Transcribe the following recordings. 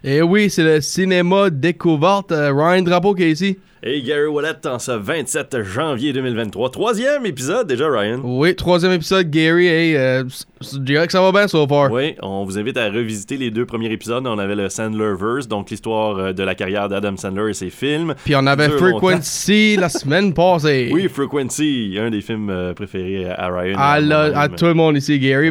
Et oui, c'est le cinéma découverte. Ryan Drapeau qui est ici. Et Gary Ouellet en ce 27 janvier 2023. 3e épisode déjà, Ryan. Oui, 3e épisode, Gary. Je dirais que ça va bien so far. Oui, on vous invite à revisiter les 2 premiers épisodes. On avait le Sandlerverse, donc l'histoire de la carrière d'Adam Sandler et ses films. Puis on avait Frequency la semaine passée. Oui, Frequency, un des films préférés à Ryan. À tout le monde ici, Gary.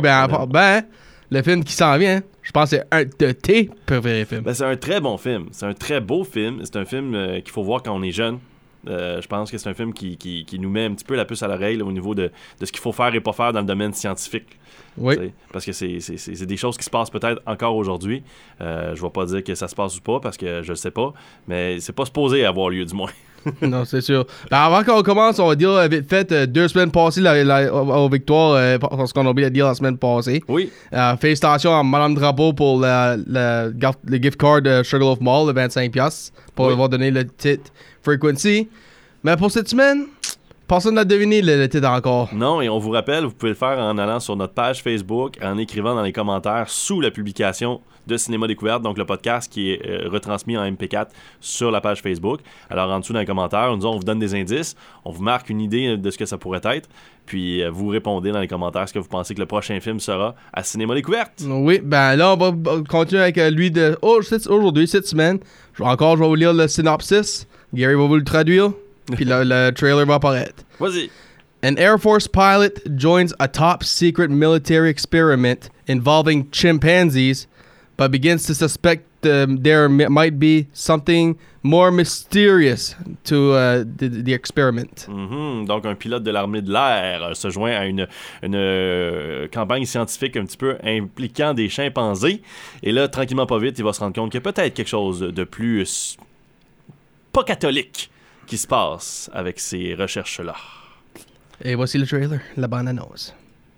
Le film qui s'en vient, je pense que c'est un de tes préférés films. C'est un très bon film. C'est un très beau film. C'est un film qu'il faut voir quand on est jeune. Je pense que c'est un film qui nous met un petit peu la puce à l'oreille là, au niveau de ce qu'il faut faire et pas faire dans le domaine scientifique. Oui. Parce que c'est des choses qui se passent peut-être encore aujourd'hui. Je vais pas dire que ça se passe ou pas parce que je le sais pas, mais c'est pas supposé avoir lieu du moins. Non, c'est sûr. Avant qu'on commence, on va dire vite fait 2 semaines passées aux victoires parce qu'on a oublié de dire la semaine passée. Oui. Félicitations à Madame Drapeau pour le gift card Sugarloaf Mall de 25$ pour avoir donné le titre Frequency. Mais pour cette semaine, personne n'a deviné le titre encore. Non, et on vous rappelle, vous pouvez le faire en allant sur notre page Facebook, en écrivant dans les commentaires sous la publication de Cinéma Découverte, donc le podcast qui est retransmis en MP4 sur la page Facebook. Alors en dessous dans les commentaires, on vous donne des indices, on vous marque une idée de ce que ça pourrait être, puis vous répondez dans les commentaires ce que vous pensez que le prochain film sera à Cinéma Découverte. Oui, là on va continuer avec lui aujourd'hui, cette semaine. Je vais vous lire le synopsis. Gary va vous le traduire, puis le trailer va apparaître. Vas-y. An Air Force pilot joins a top secret military experiment involving chimpanzees, but begins to suspect there might be something more mysterious to the experiment. Donc, un pilote de l'armée de l'air se joint à une campagne scientifique un petit peu impliquant des chimpanzés. Et là, tranquillement pas vite, il va se rendre compte qu'il y a peut-être quelque chose de plus pas catholique qui se passe avec ces recherches-là. Et voici le trailer, la bande-annonce.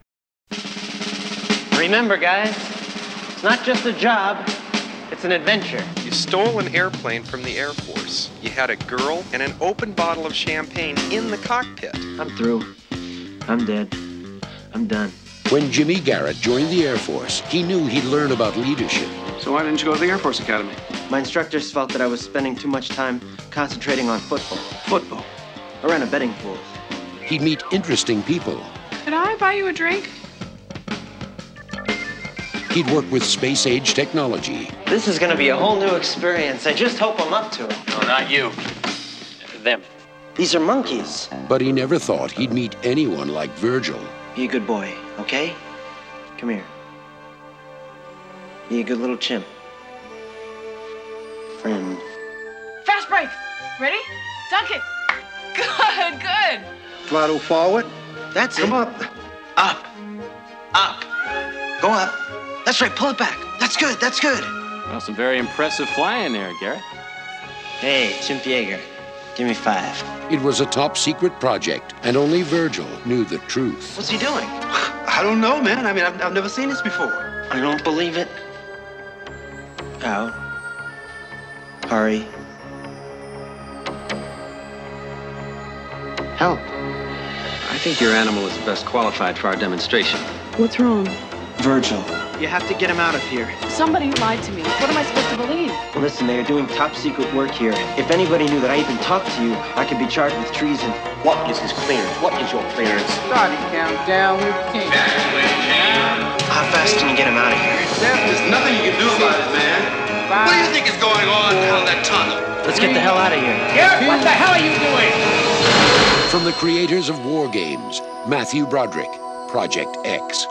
Remember, guys, it's not just a job, it's an adventure. You stole an airplane from the Air Force. You had a girl and an open bottle of champagne in the cockpit. I'm through. I'm dead. I'm done. When Jimmy Garrett joined the Air Force, he knew he'd learn about leadership. So why didn't you go to the Air Force Academy? My instructors felt that I was spending too much time concentrating on football. Football? I ran a betting pool. He'd meet interesting people. Could I buy you a drink? He'd work with space-age technology. This is going to be a whole new experience. I just hope I'm up to it. No, not you. Them. These are monkeys. But he never thought he'd meet anyone like Virgil. Be a good boy, okay? Come here. Be a good little chimp. Friend. Fast break. Ready? Dunk it. Good, good. Throttle forward. That's Come it. up. Up. Up. Go up. That's right, pull it back. That's good, that's good. Well, some very impressive flying there, Garrett. Hey, Chimp Yeager, give me 5. It was a top-secret project, and only Virgil knew the truth. What's he doing? I don't know, man. I mean, I've never seen this before. I don't believe it. Out. Hurry. Help. I think your animal is best qualified for our demonstration. What's wrong? Virgil. You have to get him out of here. Somebody lied to me. What am I supposed to believe? Listen, they are doing top secret work here. If anybody knew that I even talked to you, I could be charged with treason. What is his clearance? What is your clearance? Starting countdown with King. How fast can you get him out of here? There's nothing you can do about it, man. What do you think is going on down that tunnel? Let's get the hell out of here. Garrett, what the hell are you doing? From the creators of War Games, Matthew Broderick, Project X.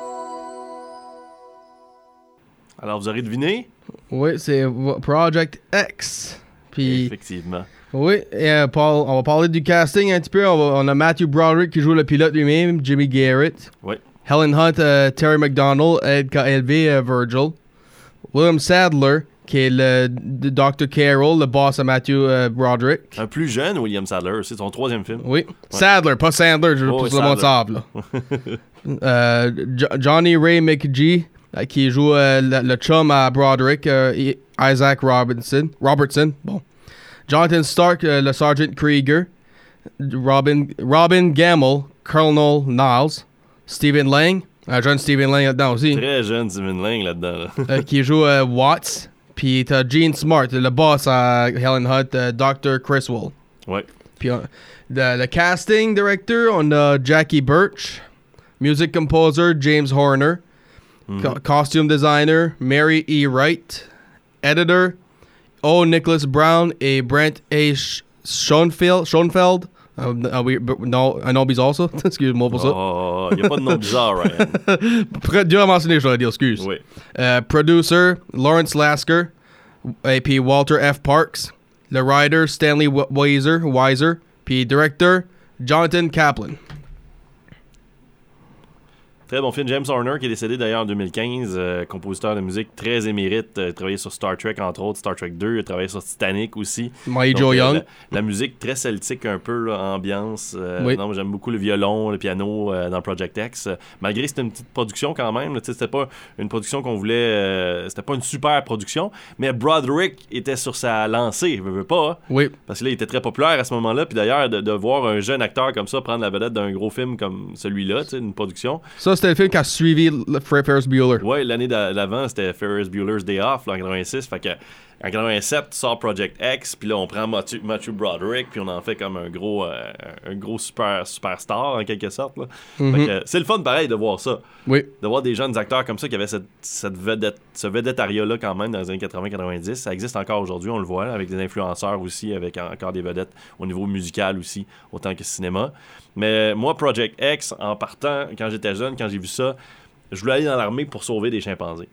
Alors, vous aurez deviné? Oui, c'est Project X. Puis, effectivement. Oui, et Paul, on va parler du casting un petit peu. On a Matthew Broderick qui joue le pilote lui-même, Jimmy Garrett. Oui. Helen Hunt, Terry McDonald, élevé Virgil. William Sadler, qui est le Dr. Carroll, le boss de Matthew Broderick. Un plus jeune William Sadler, c'est son 3e film. Oui. Ouais. Sadler, pas Sandler, je pour tout le monde savent. Johnny Ray McGee, qui joue le chum à Broderick, Isaac Robertson. Bon. Jonathan Stark, le Sergeant Krieger. Robin Gamble, Colonel Niles. Stephen Lang, jeune Stephen Lang là-dedans aussi. Très jeune Stephen Lang là-dedans. Qui joue Watts. Puis Puis t'as Gene Smart, le boss à Helen Hunt, Dr. Criswell. Ouais. Puis le casting director, on a Jackie Birch. Music composer, James Horner. Costume designer, Mary E. Wright. Editor, O. Nicholas Brown et Brent A. Schoenfeld. No, un nom bizarre, ça. Excuse-moi pour ça. Oh, il n'y a pas de nom bizarre, Ryan. Dur à mentionner, je dois dire, excuse. Oui. Producer, Lawrence Lasker. Et puis Walter F. Parks. Le writer, Stanley Weiser. Puis director, Jonathan Kaplan. Très bon film. James Horner, qui est décédé d'ailleurs en 2015, compositeur de musique très émérite, travaillé sur Star Trek entre autres, Star Trek 2, il a travaillé sur Titanic aussi. My Joe Young. La musique très celtique un peu, là, ambiance. Oui. Non, j'aime beaucoup le violon, le piano dans Project X. Malgré que c'était une petite production quand même, c'était pas une production qu'on voulait, c'était pas une super production, mais Broderick était sur sa lancée, veut pas. Hein? Oui. Parce que là, il était très populaire à ce moment-là, puis d'ailleurs, de voir un jeune acteur comme ça prendre la vedette d'un gros film comme celui-là, une production. Ça, c'était le film qui a suivi Ferris Bueller. Ouais, l'année d'avant, c'était Ferris Bueller's Day Off, là, en 86. Fait que, en 87, sort Project X, puis là, on prend Matthew Broderick, puis on en fait comme un gros superstar, en quelque sorte. Là. Fait que, c'est le fun, pareil, de voir ça. Oui. De voir des jeunes acteurs comme ça qui avaient ce vedettariat-là, quand même, dans les années 80-90. Ça existe encore aujourd'hui, on le voit, avec des influenceurs aussi, avec encore des vedettes au niveau musical aussi, autant que cinéma. Mais moi, Project X, en partant, quand j'étais jeune, quand j'ai vu ça, je voulais aller dans l'armée pour sauver des chimpanzés.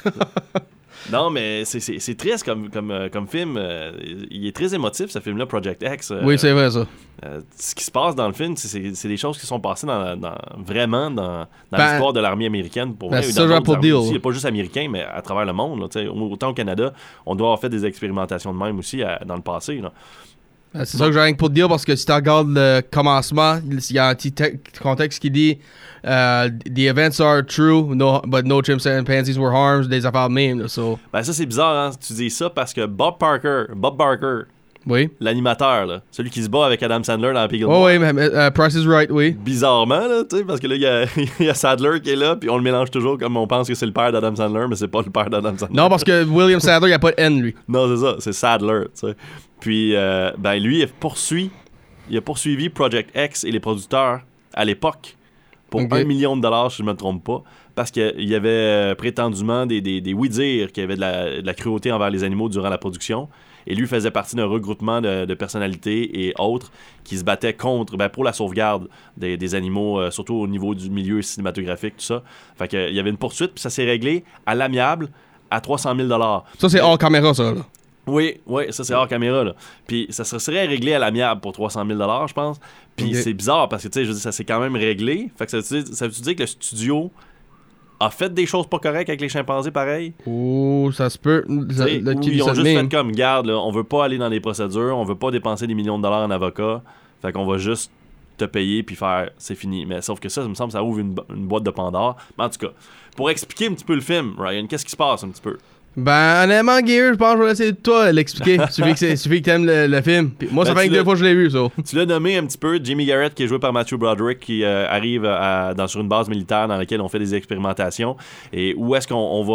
Non, mais c'est triste comme film. Il est très émotif, ce film-là, Project X. Oui, c'est vrai, ça. Ce qui se passe dans le film, c'est des choses qui sont passées vraiment dans l'histoire de l'armée américaine. Pour vrai, c'est ça, genre pour dire. Il n'y a pas juste américain, mais à travers le monde. Là, autant au Canada, on doit avoir fait des expérimentations de même aussi dans le passé. Là. C'est ça que j'ai rien que pour te dire, parce que si tu regardes le commencement, il y a un petit contexte qui dit The events are true, but no chimpanzees were harmed, des affaires même. Là, so. Ben ça, c'est bizarre, hein, tu dis ça, parce que Bob Barker, oui. L'animateur, là, celui qui se bat avec Adam Sandler dans Piggle. Oh oui, mais Price is Right, oui. Bizarrement, là, tu sais, parce que là, il y a Sadler qui est là, puis on le mélange toujours comme on pense que c'est le père d'Adam Sandler, mais c'est pas le père d'Adam Sandler. Non, parce que William Sadler, il n'y a pas de N, lui. Non, c'est ça, c'est Sadler, tu sais. Puis, lui, il a poursuivi Project X et les producteurs à l'époque pour $1 million, si je ne me trompe pas, parce qu'il y avait prétendument des oui-dire qu'il y avait de la cruauté envers les animaux durant la production. Et lui faisait partie d'un regroupement de personnalités et autres qui se battaient pour la sauvegarde des animaux, surtout au niveau du milieu cinématographique, tout ça. Fait qu'il y avait une poursuite, puis ça s'est réglé à l'amiable à $300 000. Ça, c'est hors caméra, ça, là. Oui, ça c'est hors caméra, là. Puis ça serait réglé à l'amiable pour $300 000, je pense. Puis c'est bizarre parce que, tu sais, je veux dire, ça s'est quand même réglé. Fait que ça veut dire que le studio a fait des choses pas correctes avec les chimpanzés, pareil? Oh, ça se peut. Ils ont juste fait comme, garde, là, on veut pas aller dans des procédures, on veut pas dépenser des millions de dollars en avocat. Fait qu'on va juste te payer puis faire, c'est fini. Mais sauf que ça me semble, ça ouvre une boîte de Pandore. Mais en tout cas, pour expliquer un petit peu le film, Ryan, qu'est-ce qui se passe un petit peu? Ben, honnêtement, Gear, je pense que je vais laisser toi l'expliquer. Suffit que t'aimes le film. Puis moi, ça fait que 2 fois que je l'ai vu, ça. Tu l'as nommé un petit peu, Jimmy Garrett, qui est joué par Matthew Broderick, qui arrive sur une base militaire dans laquelle on fait des expérimentations. Et où est-ce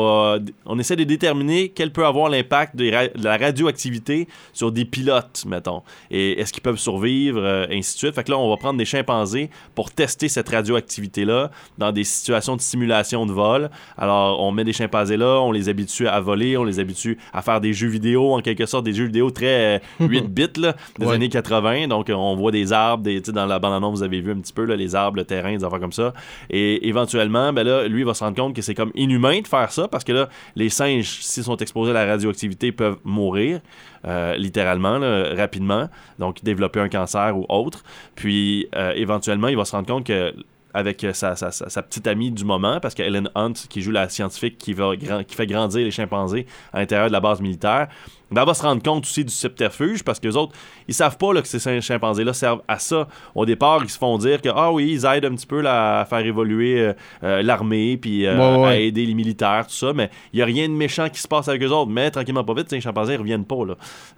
on essaie de déterminer quel peut avoir l'impact de la radioactivité sur des pilotes, mettons. Et est-ce qu'ils peuvent survivre, ainsi de suite. Fait que là, on va prendre des chimpanzés pour tester cette radioactivité-là dans des situations de simulation de vol. Alors, on met des chimpanzés là, on les habitue à voler, on les habitue à faire des jeux vidéo, en quelque sorte, des jeux vidéo très 8 bits là, des années 80. Donc, on voit des arbres, dans la bande-annonce, vous avez vu un petit peu là, les arbres, le terrain, des affaires comme ça. Et éventuellement, ben là, lui, il va se rendre compte que c'est comme inhumain de faire ça parce que là, les singes, s'ils sont exposés à la radioactivité, peuvent mourir. Littéralement, là, rapidement. Donc, développer un cancer ou autre. Puis, éventuellement, il va se rendre compte que avec sa petite amie du moment, parce que Helen Hunt, qui joue la scientifique qui fait grandir les chimpanzés à l'intérieur de la base militaire, ben, elle va se rendre compte aussi du subterfuge, parce que les autres, ils savent pas là, que ces chimpanzés-là servent à ça. Au départ, ils se font dire que, ils aident un petit peu là, à faire évoluer l'armée, puis à aider les militaires, tout ça, mais il y a rien de méchant qui se passe avec eux autres, mais tranquillement pas vite, les chimpanzés ne reviennent pas, là.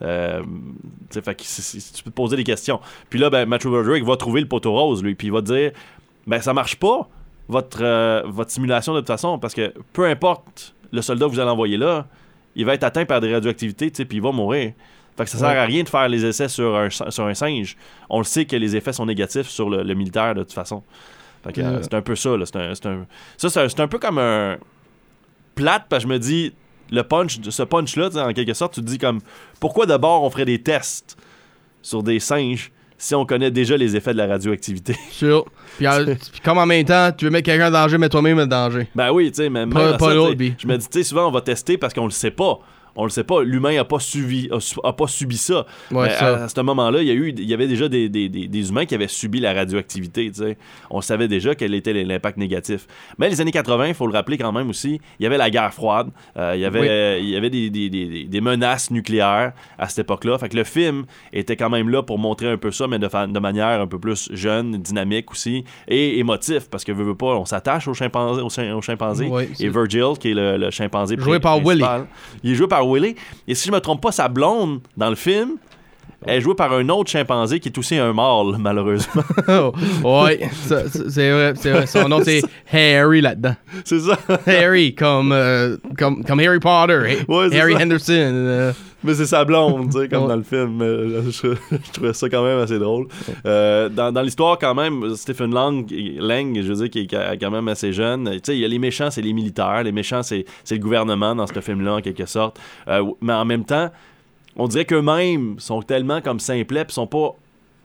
Fait que tu peux te poser des questions. Puis là, ben, Matthew Broderick va trouver le poteau rose, lui, puis il va dire... Ben, ça marche pas, votre simulation de toute façon, parce que peu importe le soldat que vous allez envoyer là, il va être atteint par des radioactivités, tu sais, puis il va mourir. Fait que ça sert à rien de faire les essais sur un singe. On le sait que les effets sont négatifs sur le militaire, de toute façon. Fait que c'est un peu ça, là. C'est un peu comme un plate, parce que je me dis, ce punch-là, en quelque sorte, tu te dis comme, pourquoi d'abord on ferait des tests sur des singes si on connaît déjà les effets de la radioactivité? Sûr. Puis comme en même temps, tu veux mettre quelqu'un en danger, mais toi-même en danger. Ben oui, tu sais, mais même pas l'autre, je me dis, tu sais, souvent on va tester parce qu'on le sait pas. On le sait pas, l'humain a pas subi ça. Ouais, à ce moment-là, il y avait déjà des humains qui avaient subi la radioactivité, tu sais. On savait déjà quel était l'impact négatif. Mais les années 80, il faut le rappeler quand même aussi, il y avait la guerre froide, il y avait des menaces nucléaires à cette époque-là. Fait que le film était quand même là pour montrer un peu ça, mais de manière un peu plus jeune, dynamique aussi, et émotif, parce que veut pas, on s'attache aux chimpanzés. Ouais, et Virgil, qui est le chimpanzé joué par principal. Willy. Il est joué par Willy. Et si je me trompe pas, sa blonde dans le film est jouée par un autre chimpanzé qui est aussi un mâle, malheureusement. Ouais, c'est vrai. Son nom, c'est Harry là-dedans. C'est ça. Harry, comme Harry Potter. Ouais, Harry ça. Henderson. Mais c'est sa blonde, tu sais, comme dans le film. Je trouvais ça quand même assez drôle. Dans l'histoire, quand même, Stephen Lang, je veux dire, qui est quand même assez jeune. Tu sais, il y a les méchants, c'est les militaires. Les méchants, c'est le gouvernement dans ce film-là, en quelque sorte. Mais en même temps, on dirait qu'eux-mêmes sont tellement comme simplets puis sont pas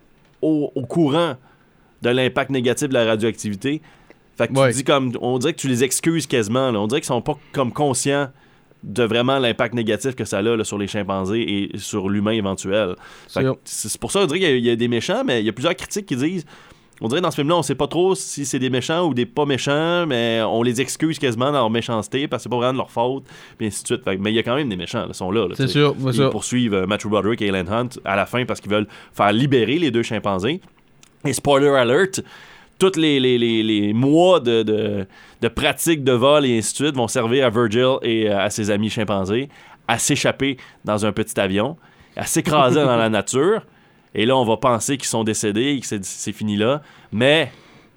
au courant de l'impact négatif de la radioactivité. Fait que tu dis comme... On dirait que tu les excuses quasiment. Là. On dirait qu'ils sont pas comme conscients de vraiment l'impact négatif que ça a là, sur les chimpanzés et sur l'humain éventuel. C'est pour ça, on dirait qu'il y a des méchants, mais il y a plusieurs critiques qui disent... On dirait dans ce film-là, on sait pas trop si c'est des méchants ou des pas méchants, mais on les excuse quasiment dans leur méchanceté parce que c'est pas vraiment de leur faute, puis ainsi de suite. Mais il y a quand même des méchants, ils sont là. C'est sûr. Ils poursuivent Matthew Broderick et Ellen Hunt à la fin parce qu'ils veulent faire libérer les deux chimpanzés. Et spoiler alert, tous les mois de pratique de vol et ainsi de suite vont servir à Virgil et à ses amis chimpanzés à s'échapper dans un petit avion, à s'écraser dans la nature. Et là, on va penser qu'ils sont décédés et que c'est fini là. Mais...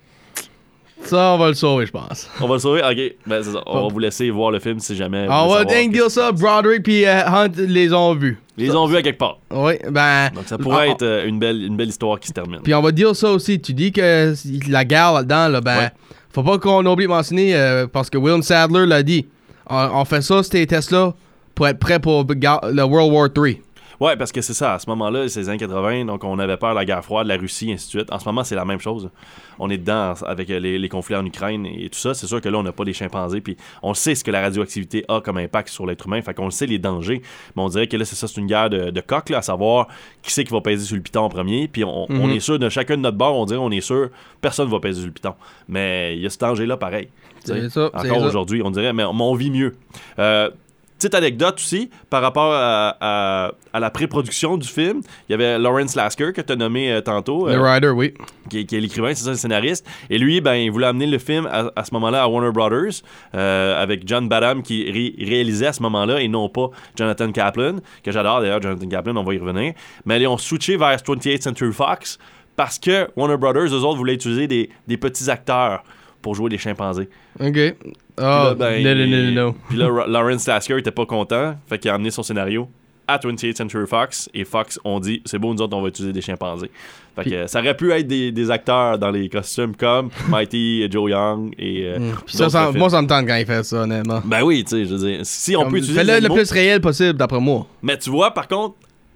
Ça, on va le sauver, je pense. On va le sauver? OK. Ben, c'est ça. On va vous laisser voir le film si jamais... On va dire ça, Broderick puis Hunt les ont vus. Les ont vus à quelque part. Oui, ben... Donc, ça pourrait être une belle histoire qui se termine. Puis on va dire ça aussi. Tu dis que la guerre là-dedans, là, ben... Faut pas qu'on oublie de mentionner, parce que William Sadler l'a dit. On fait ça, ces tests-là, pour être prêt pour le World War III. Ouais, parce que c'est ça, à ce moment-là, c'est les années 80, donc on avait peur de la guerre froide, la Russie, ainsi de suite. En ce moment, c'est la même chose. On est dedans avec les conflits en Ukraine et tout ça. C'est sûr que là, on n'a pas des chimpanzés, puis on sait ce que la radioactivité a comme impact sur l'être humain, fait qu'on le sait, les dangers. Mais on dirait que là, c'est une guerre de coq, là, à savoir qui c'est qui va peser sur le piton en premier, puis on est sûr, de chacun de notre bord, on dirait on est sûr, personne ne va peser sur le piton. Mais il y a ce danger-là, pareil. C'est ça. Encore aujourd'hui, on dirait, mais on vit mieux. Petite anecdote aussi, par rapport à la pré-production du film, il y avait Lawrence Lasker, que tu as nommé tantôt. Le writer, oui. Qui est l'écrivain, c'est ça, le scénariste. Et lui, ben, il voulait amener le film à ce moment-là à Warner Brothers, avec John Badham qui réalisait à ce moment-là, et non pas Jonathan Kaplan, que j'adore d'ailleurs, Jonathan Kaplan, on va y revenir. Mais ils ont switché vers 28th Century Fox parce que Warner Brothers, eux autres, voulaient utiliser des petits acteurs pour jouer des chimpanzés. OK. Là, ben, non. Puis là, Lawrence Lasker était pas content, fait qu'il a amené son scénario à 28th Century Fox, et Fox ont dit, c'est beau, nous autres, on va utiliser des chimpanzés. Fait que ça aurait pu être des acteurs dans les costumes comme Mighty, Joe Young et... Puis moi, ça me tente quand il fait ça, honnêtement. Ben oui, tu sais, je veux dire, si on peut utiliser fais-le animaux, le plus réel possible, d'après moi. Mais tu vois, par contre,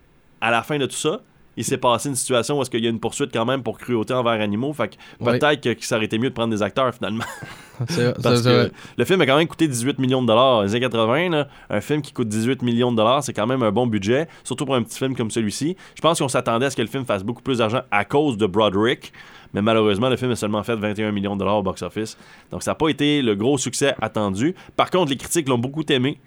à la fin de tout ça, il s'est passé une situation où est-ce qu'il y a une poursuite quand même pour cruauté envers animaux. Fait que peut-être que ça aurait été mieux de prendre des acteurs finalement. Parce que le film a quand même coûté 18 millions de dollars. Les années 80, là, un film qui coûte 18 millions de dollars, c'est quand même un bon budget, surtout pour un petit film comme celui-ci. Je pense qu'on s'attendait à ce que le film fasse beaucoup plus d'argent à cause de Broderick. Mais malheureusement, le film a seulement fait 21 millions de dollars au box-office. Donc, ça n'a pas été le gros succès attendu. Par contre, les critiques l'ont beaucoup aimé.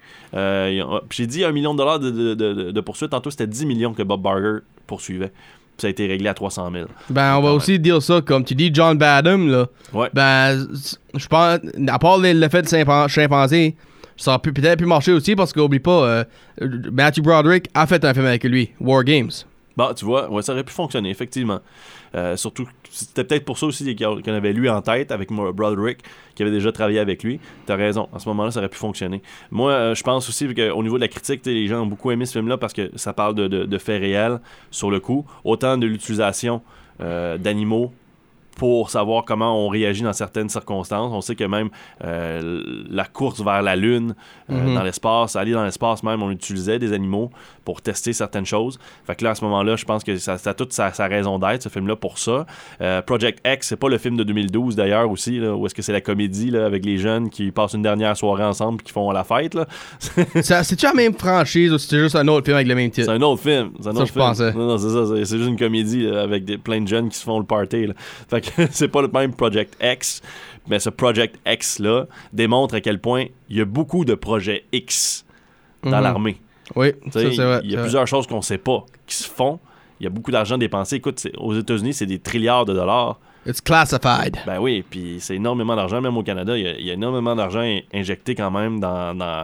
J'ai dit 1 million de dollars de poursuite. Tantôt, c'était 10 millions que Bob Barger poursuivait. Puis ça a été réglé à 300 000. Ben, on va aussi dire ça. Comme tu dis, John Badham, là. Ouais. Ben, je pense, à part l'effet de chimpanzé, ça aurait peut-être pu marcher aussi parce qu'oublie pas, Matthew Broderick a fait un film avec lui, War Games. Bah, tu vois, ouais, ça aurait pu fonctionner, effectivement. Surtout, c'était peut-être pour ça aussi qu'on avait lui en tête avec Broderick, qui avait déjà travaillé avec lui. T'as raison, à ce moment-là, ça aurait pu fonctionner. Moi, je pense aussi qu'au niveau de la critique, les gens ont beaucoup aimé ce film-là parce que ça parle de faits réels sur le coup. Autant de l'utilisation d'animaux pour savoir comment on réagit dans certaines circonstances. On sait que même la course vers la Lune, dans l'espace, aller dans l'espace même, on utilisait des animaux pour tester certaines choses. Fait que là, à ce moment-là, je pense que ça a toute sa raison d'être, ce film-là, pour ça. Project X, c'est pas le film de 2012, d'ailleurs, aussi, là, où est-ce que c'est la comédie là, avec les jeunes qui passent une dernière soirée ensemble et qui font la fête, là. C'est-tu la même franchise ou c'était juste un autre film avec le même titre? C'est un autre film. Je pensais. Non, c'est ça. C'est juste une comédie là, avec plein de jeunes qui se font le party, là. Fait que c'est pas le même Project X, mais ce Project X-là démontre à quel point il y a beaucoup de projets X dans l'armée. Oui, ça c'est vrai. Il y a plusieurs choses qu'on sait pas qui se font. Il y a beaucoup d'argent dépensé. Écoute, aux États-Unis, c'est des trilliards de dollars. It's classified. Ben oui, puis c'est énormément d'argent. Même au Canada, il y a énormément d'argent injecté quand même dans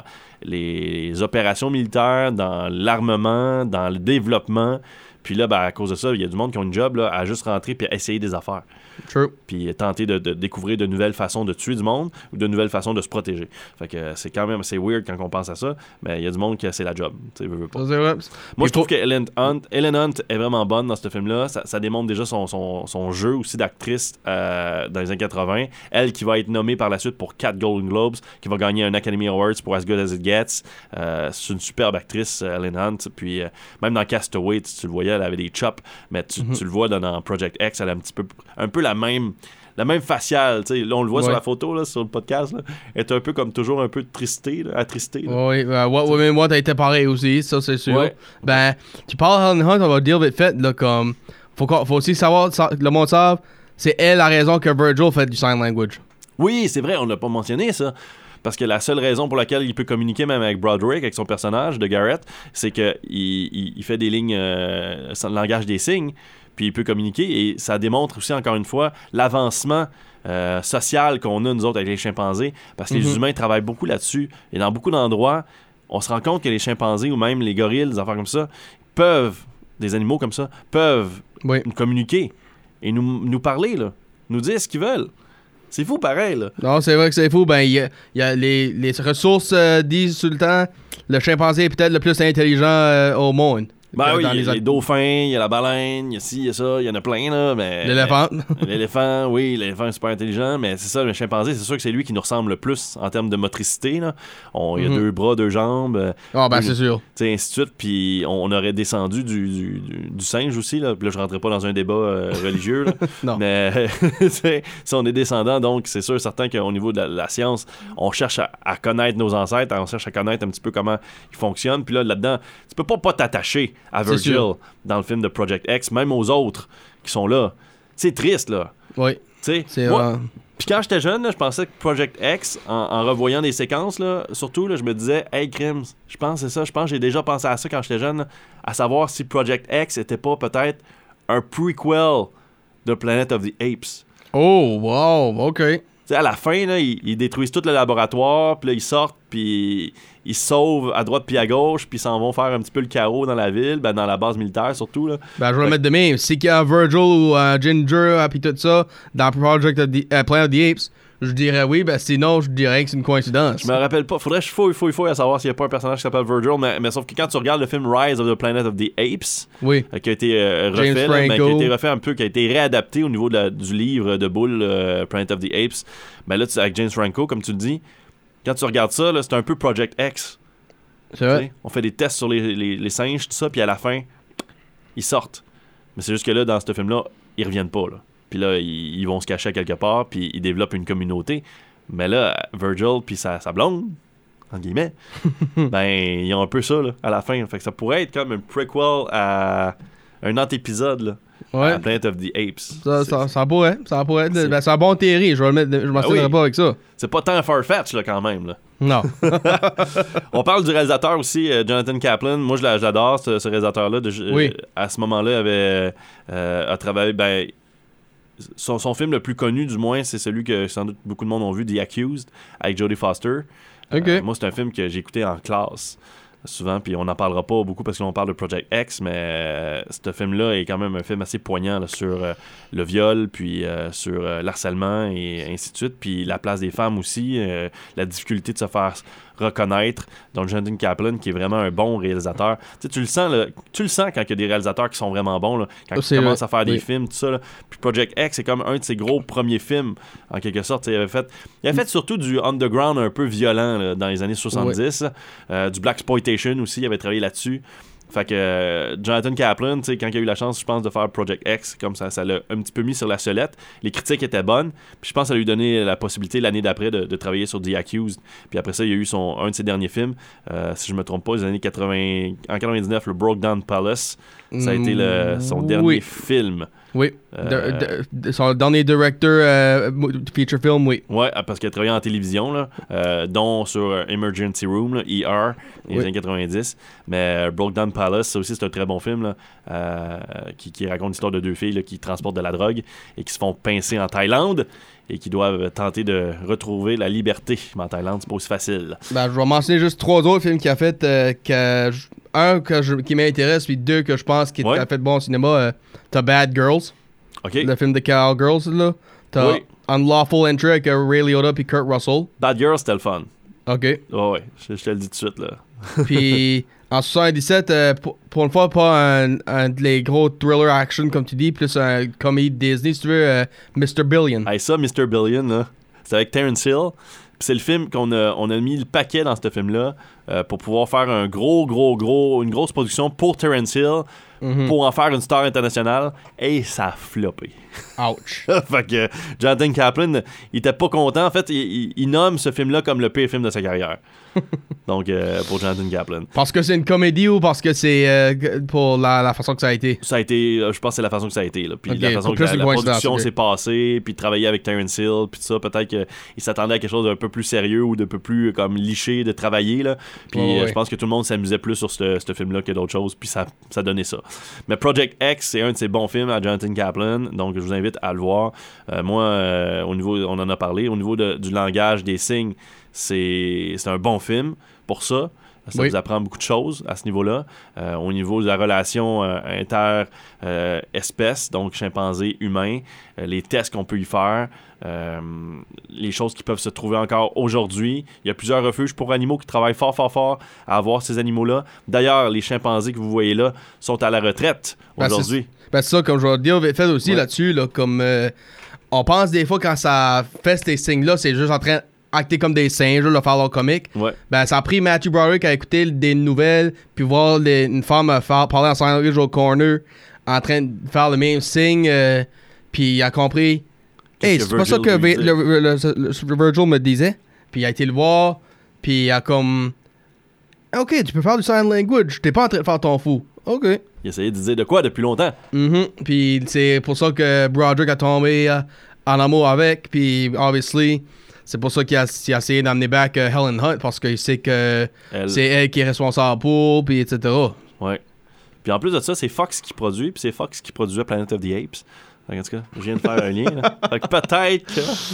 les opérations militaires, dans l'armement, dans le développement. Puis là, ben, à cause de ça, il y a du monde qui ont une job là, à juste rentrer puis à essayer des affaires. True. Puis tenter de découvrir de nouvelles façons de tuer du monde ou de nouvelles façons de se protéger. Fait que c'est quand même assez weird quand on pense à ça, mais il y a du monde qui a c'est la job. Veut pas. Moi, je trouve que Helen Hunt est vraiment bonne dans ce film-là. Ça démontre déjà son jeu aussi d'actrice dans les années 80. Elle qui va être nommée par la suite pour 4 Golden Globes, qui va gagner un Academy Awards pour As Good As It Gets. C'est une superbe actrice, Helen Hunt. Puis même dans Castaway, tu le voyais, elle avait des chops, mais tu le vois dans Project X, elle a un peu la même faciale, tu sais, là on le voit sur la photo, là, sur le podcast, là, elle est un peu comme toujours un peu attristée, là. Oui, moi t'as été pareil aussi, ça c'est sûr. Ouais. Ben, tu parles Helen Hunt, on va dire vite fait, là, comme, faut aussi savoir, le monde savent, c'est elle la raison que Virgil fait du sign language. Oui, c'est vrai, on l'a pas mentionné ça. Parce que la seule raison pour laquelle il peut communiquer même avec Broderick, avec son personnage de Garrett, c'est qu'il fait des lignes sans le langage des signes, puis il peut communiquer, et ça démontre aussi, encore une fois, l'avancement social qu'on a, nous autres, avec les chimpanzés, parce que les humains travaillent beaucoup là-dessus, et dans beaucoup d'endroits, on se rend compte que les chimpanzés, ou même les gorilles, des affaires comme ça, des animaux comme ça, peuvent nous communiquer, et nous parler, là, nous dire ce qu'ils veulent. C'est fou pareil, là. Non, c'est vrai que c'est fou. Ben, il y a les ressources disent tout le temps, le chimpanzé est peut-être le plus intelligent au monde. Ben oui, il y a les dauphins, il y a la baleine, il y a ci, il y a ça, il y en a plein, là, mais... L'éléphant. L'éléphant, oui, l'éléphant est super intelligent, mais c'est ça, le chimpanzé, c'est sûr que c'est lui qui nous ressemble le plus en termes de motricité, là. Il y a 2 bras, 2 jambes. C'est sûr. Tu sais, ainsi de suite, puis on aurait descendu du singe aussi, là, puis là, je rentrais pas dans un débat religieux, là. Non. Mais, si on est descendant, donc c'est sûr, certain qu'au niveau de la science, on cherche à connaître nos ancêtres, on cherche à connaître un petit peu comment ils fonctionnent, puis là-dedans, tu peux pas t'attacher à Virgil dans le film de Project X, même aux autres qui sont là. C'est triste, là. Oui. Tu sais, puis quand j'étais jeune, là, je pensais que Project X, en revoyant des séquences, là, surtout, là, je me disais, hey, Crims, je pense que c'est ça, je pense que j'ai déjà pensé à ça quand j'étais jeune, là, à savoir si Project X était pas peut-être un prequel de Planet of the Apes. Oh, wow, OK. Tu sais, à la fin, là, ils détruisent tout le laboratoire, puis là, ils sortent, puis ils se sauvent à droite puis à gauche, puis ils s'en vont faire un petit peu le chaos dans la ville, dans la base militaire surtout, là. Ben, je vais le mettre de même. Si qu'il y a Virgil ou Ginger, puis tout ça, dans Project of the, Planet of the Apes, je dirais oui, ben sinon, je dirais que c'est une coïncidence. Je me rappelle pas. Faudrait que je fouille à savoir s'il n'y a pas un personnage qui s'appelle Virgil, mais sauf que quand tu regardes le film Rise of the Planet of the Apes, qui a été refait, là, qui a été refait un peu, qui a été réadapté au niveau du livre de Bull, Planet of the Apes, ben là, avec James Franco, comme tu le dis, quand tu regardes ça, là, c'est un peu Project X. C'est vrai. On fait des tests sur les singes, tout ça, puis à la fin, ils sortent. Mais c'est juste que là, dans ce film-là, ils reviennent pas, là. Puis là, ils vont se cacher à quelque part, puis ils développent une communauté. Mais là, Virgil puis sa blonde, en guillemets, ben, ils ont un peu ça, là, à la fin. Fait que ça pourrait être comme un prequel à un antépisode, là. Ouais. À Planet of the Apes. Ça pourrait. Ben, c'est un bon théorie. Je m'en souviendrai pas avec ça. C'est pas tant farfetch, là, quand même, là. Non. On parle du réalisateur aussi, Jonathan Kaplan. Moi, je l'adore, ce réalisateur-là. À ce moment-là, a travaillé... Ben, son film le plus connu, du moins, c'est celui que sans doute beaucoup de monde ont vu, The Accused, avec Jodie Foster. Okay. Moi, c'est un film que j'ai écouté en classe. souvent, puis on n'en parlera pas beaucoup parce qu'on parle de Project X, mais ce film-là est quand même un film assez poignant là, sur le viol, puis sur l'harcèlement et ainsi de suite, puis la place des femmes aussi, la difficulté de se faire reconnaître. Donc Jonathan Kaplan, qui est vraiment un bon réalisateur. Tu le sens quand il y a des réalisateurs qui sont vraiment bons, là, quand ils commencent à faire des films, tout ça. Là. Puis Project X, c'est comme un de ses gros premiers films, en quelque sorte. Il avait fait surtout du underground un peu violent là, dans les années 70, du blaxploitation aussi, il avait travaillé là-dessus. Fait que Jonathan Kaplan, quand il a eu la chance, je pense, de faire Project X, comme ça l'a un petit peu mis sur la sellette. Les critiques étaient bonnes. Puis je pense que ça lui a donné la possibilité l'année d'après de travailler sur The Accused. Puis après ça, il y a eu un de ses derniers films, si je me trompe pas, les années 80, en 99, le Broke Down Palace. Ça a été son dernier film. Oui. Son dernier directeur feature film, oui. Ouais, parce qu'il a travaillé en télévision, là, dont sur Emergency Room, là, ER, dans les années 90. Mais Broke Down Palace, ça aussi, c'est un très bon film là, qui raconte l'histoire de 2 filles là, qui transportent de la drogue et qui se font pincer en Thaïlande et qui doivent tenter de retrouver la liberté. Mais en Thaïlande, c'est pas aussi facile. Ben, je vais mentionner juste 3 autres films qu'il a fait. Qui m'intéresse, puis 2 que je pense qu'il a fait bon au cinéma. T'as Bad Girls, le film de Cowgirls, là. T'as Unlawful Entry avec Ray Liotta puis Kurt Russell. Bad Girls, c'était le fun. OK. Ouais, je te le dis tout de suite, là. Puis en 77, pour une fois, pas un des gros thriller action, comme tu dis, plus un comédie Disney, si tu veux, Mr. Billion. Hey, ça, Mr. Billion, là, c'est avec Terence Hill. Puis c'est le film on a mis le paquet dans ce film-là pour pouvoir faire une grosse production pour Terence Hill, pour en faire une star internationale, et ça a floppé. Ouch. Fait que Jonathan Kaplan, il était pas content. En fait, il nomme ce film-là comme le pire film de sa carrière. Donc, pour Jonathan Kaplan. Parce que c'est une comédie ou parce que c'est pour la façon que ça a été? Ça a été, je pense que c'est la façon que ça a été. Là. Puis la façon que la production s'est passée, puis travailler avec Terence Hill, puis tout ça, peut-être qu'il s'attendait à quelque chose d'un peu plus sérieux ou d'un peu plus comme liché de travailler. Là. Puis je pense que tout le monde s'amusait plus sur ce film-là que d'autres choses, puis ça donnait ça. Mais Project X, c'est un de ses bons films à Jonathan Kaplan, donc je vous invite à le voir. Moi, au niveau, on en a parlé, au niveau du langage des signes, c'est un bon film pour ça. Ça vous apprend beaucoup de choses à ce niveau-là. Au niveau de la relation inter-espèce, donc chimpanzé, humain, les tests qu'on peut y faire, les choses qui peuvent se trouver encore aujourd'hui. Il y a plusieurs refuges pour animaux qui travaillent fort à avoir ces animaux-là. D'ailleurs, les chimpanzés que vous voyez là sont à la retraite aujourd'hui. C'est ça, comme je vais dire vite fait aussi là-dessus, là, comme on pense des fois quand ça fait ces signes-là, c'est juste en train acter comme des singes, le faire leur comique. Ben, ça a pris Matthew Broderick à écouter des nouvelles, puis voir une femme parler en sign language au corner, en train de faire le même signe, puis il a compris. Hey, c'est pas ça que Virgil me disait. Puis il a été le voir, puis il a comme. Ok, tu peux faire du sign language, t'es pas en train de faire ton fou. Ok. Il essayait de dire de quoi depuis longtemps. Puis c'est pour ça que Broderick a tombé en amour avec, puis obviously. C'est pour ça qu'il a essayé d'amener back Helen Hunt, parce qu'il sait que c'est elle qui est responsable pour, puis etc. Ouais. Puis en plus de ça, c'est Fox qui produit, puis c'est Fox qui produisait Planet of the Apes. En tout cas, je viens de faire un lien. Là. Fait que peut-être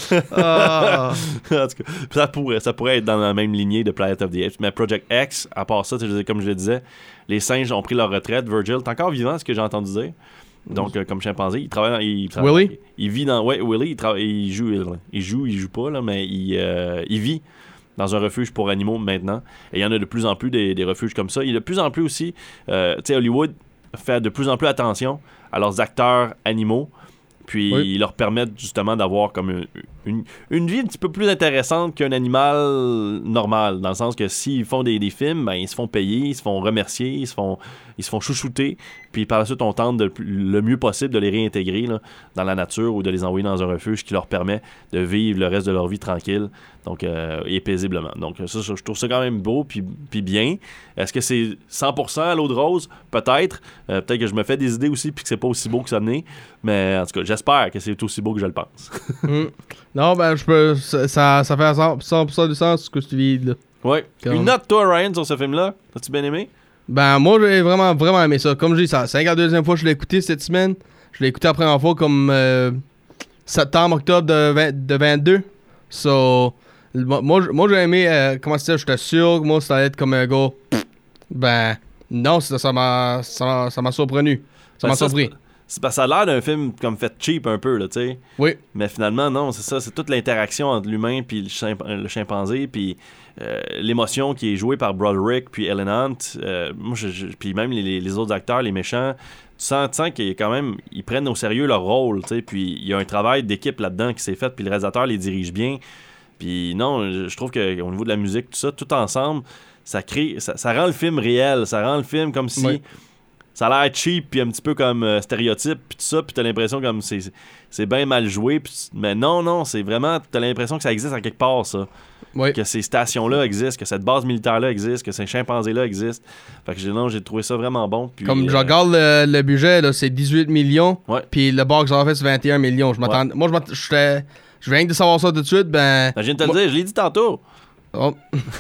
que... En tout cas, ça pourrait être dans la même lignée de Planet of the Apes. Mais Project X, à part ça, comme je le disais, les singes ont pris leur retraite. Virgil, t'es encore vivant, ce que j'ai entendu dire. Donc, comme chimpanzé, il travaille. Willy? Il vit dans. Ouais, Willy, il joue pas, là, mais il vit dans un refuge pour animaux maintenant. Et il y en a de plus en plus des refuges comme ça. Il y a de plus en plus aussi. Tu sais, Hollywood fait de plus en plus attention à leurs acteurs animaux. Puis ils leur permettent justement d'avoir comme une vie un petit peu plus intéressante qu'un animal normal. Dans le sens que s'ils font des films, ben, ils se font payer, ils se font remercier, ils se font chouchouter. Puis par la suite, on tente le mieux possible de les réintégrer là, dans la nature ou de les envoyer dans un refuge qui leur permet de vivre le reste de leur vie tranquille donc, et paisiblement. Donc ça, je trouve ça quand même beau puis bien. Est-ce que c'est 100% à l'eau de rose? Peut-être. Peut-être que je me fais des idées aussi puis que c'est pas aussi beau que ça n'est. Mais en tout cas, j'espère que c'est aussi beau que je le pense. Non, ben ça fait 100% du sens ce que tu vis là. Ouais. Comme... Une note, toi, Ryan, sur ce film-là? As-tu bien aimé? Ben, moi, j'ai vraiment aimé ça. Comme je dis, c'est la 52e fois que je l'ai écouté cette semaine. Je l'ai écouté la première fois comme septembre, octobre de 22. So, moi j'ai aimé, comment c'était, j'étais sûr que moi, ça allait être comme un gars Ben, non, ça m'a surpris. Ça m'a surpris. C'est parce que ça a l'air d'un film comme fait cheap un peu, là, tu sais. Oui. Mais finalement, non, c'est ça. C'est toute l'interaction entre l'humain puis le chimpanzé, puis l'émotion qui est jouée par Broderick puis Ellen Hunt. Moi, puis même les autres acteurs, les méchants, tu sens qu'ils quand même, ils prennent au sérieux leur rôle, tu sais. Puis il y a un travail d'équipe là-dedans qui s'est fait, puis le réalisateur les dirige bien. Puis non, je trouve qu'au niveau de la musique, tout ça, tout ensemble, ça rend le film réel. Ça rend le film comme si... Oui. Ça a l'air cheap, puis un petit peu comme stéréotype, puis tout ça, puis t'as l'impression comme c'est bien mal joué, mais non, c'est vraiment, t'as l'impression que ça existe en quelque part, ça. Oui. Que ces stations-là existent, que cette base militaire-là existe, que ces chimpanzés-là existent. Fait que j'ai trouvé ça vraiment bon. Puis, comme je regarde le budget, là, c'est 18 millions, ouais. Puis le box office, 21 millions. Je viens de savoir ça tout de suite, ben... Je viens de te le dire, je l'ai dit tantôt. Oh.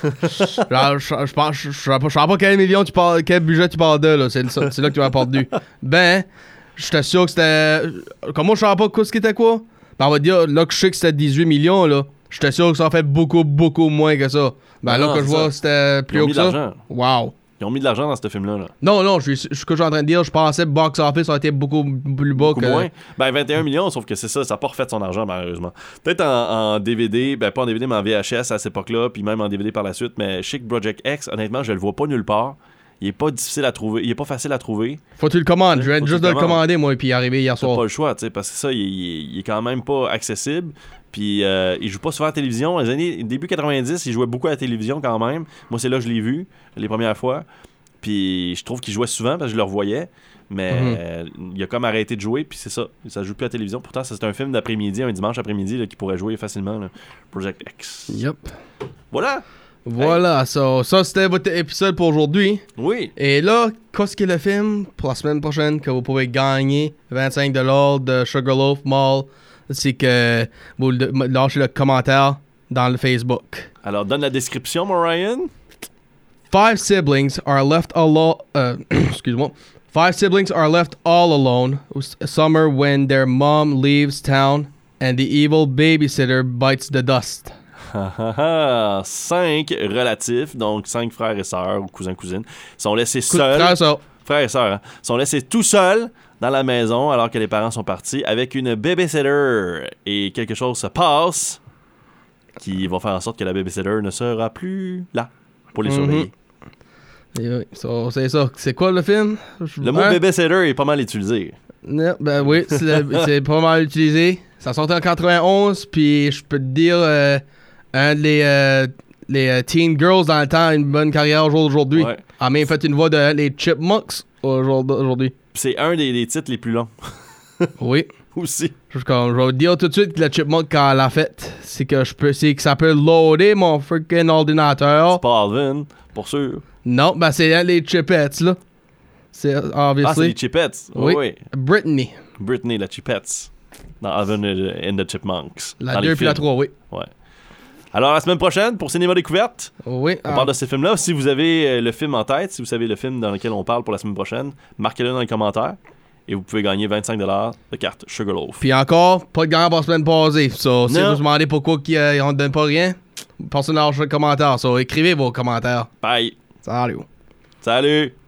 Je sais pas quel budget tu parles de, là. C'est là que tu m'as perdu. Ben, j'étais sûr que c'était. Comment je savais pas ce qui était quoi? Ben, on va dire, là que je sais que c'était 18 millions, là. J'étais sûr que ça en fait beaucoup, beaucoup moins que ça. Ben, là que je vois que c'était plus haut que ça. Wow. Ils ont mis de l'argent dans ce film-là. Là. Non, ce que je suis en train de dire, je pensais que box office aurait été beaucoup plus bas que... moins. Ben, 21 millions, sauf que c'est ça, ça n'a pas refait son argent, malheureusement. Peut-être en DVD, ben pas en DVD, mais en VHS à cette époque-là, puis même en DVD par la suite, mais Chic Project X, honnêtement, je le vois pas nulle part. Il est pas difficile à trouver, il est pas facile à trouver. Faut que tu le commandes, je viens juste de le commander, moi, puis y arriver hier soir. T'as pas le choix, tu sais, parce que ça, il est quand même pas accessible. Puis il joue pas souvent à la télévision. Les années début 90, il jouait beaucoup à la télévision quand même. Moi, c'est là que je l'ai vu, les premières fois. Puis je trouve qu'il jouait souvent parce que je le revoyais. Mais il a comme arrêté de jouer, puis c'est ça. Ça joue plus à la télévision. Pourtant, c'est un film d'après-midi, un dimanche après-midi, là, qui pourrait jouer facilement. Là. Project X. Yep. Voilà. Voilà, hey. Ça c'était votre épisode pour aujourd'hui. Oui. Et là, qu'est-ce qu'est le film pour la semaine prochaine que vous pouvez gagner 25$ de Sugarloaf Mall? C'est que vous lâchez le commentaire dans le Facebook. Alors, donne la description, mon Ryan. 5 siblings are left alone. Excuse-moi. 5 siblings are left all alone summer when their mom leaves town and the evil babysitter bites the dust. 5 relatifs, donc 5 frères et sœurs ou cousins-cousines, sont laissés seuls. Frères et sœurs, hein, sont laissés tout seuls dans la maison alors que les parents sont partis avec une babysitter. Et quelque chose se passe qui va faire en sorte que la babysitter ne sera plus là pour les surveiller. C'est ça. C'est quoi le film? Le mot babysitter est pas mal utilisé. Ben oui, c'est pas mal utilisé. Ça sortait en 91, puis je peux te dire, un les Teen Girls dans le temps a une bonne carrière aujourd'hui. Ouais. A même fait une voix de les Chipmunks aujourd'hui. C'est un des titres les plus longs. Oui. Aussi. Je vais te dire tout de suite que le Chipmunk, quand elle l'a fait, c'est que ça peut loader mon freaking ordinateur. C'est pas Alvin, pour sûr. Non, ben c'est les Chipettes, là. C'est obviously. Ah, c'est les Chipettes. Oui. Oui. Britney, la Chipettes. Dans Alvin and the Chipmunks. La 2 puis la 3, oui. Ouais. Alors, la semaine prochaine, pour Cinéma Découverte, oui, on parle de ces films-là. Si vous avez le film en tête, si vous savez le film dans lequel on parle pour la semaine prochaine, marquez-le dans les commentaires. Et vous pouvez gagner 25$ de carte Sugarloaf. Puis encore, pas de gagnant pour la semaine passée. So, si vous vous demandez pourquoi on ne donne pas rien, personne n'a le commentaire. So, écrivez vos commentaires. Bye. Salut. Salut.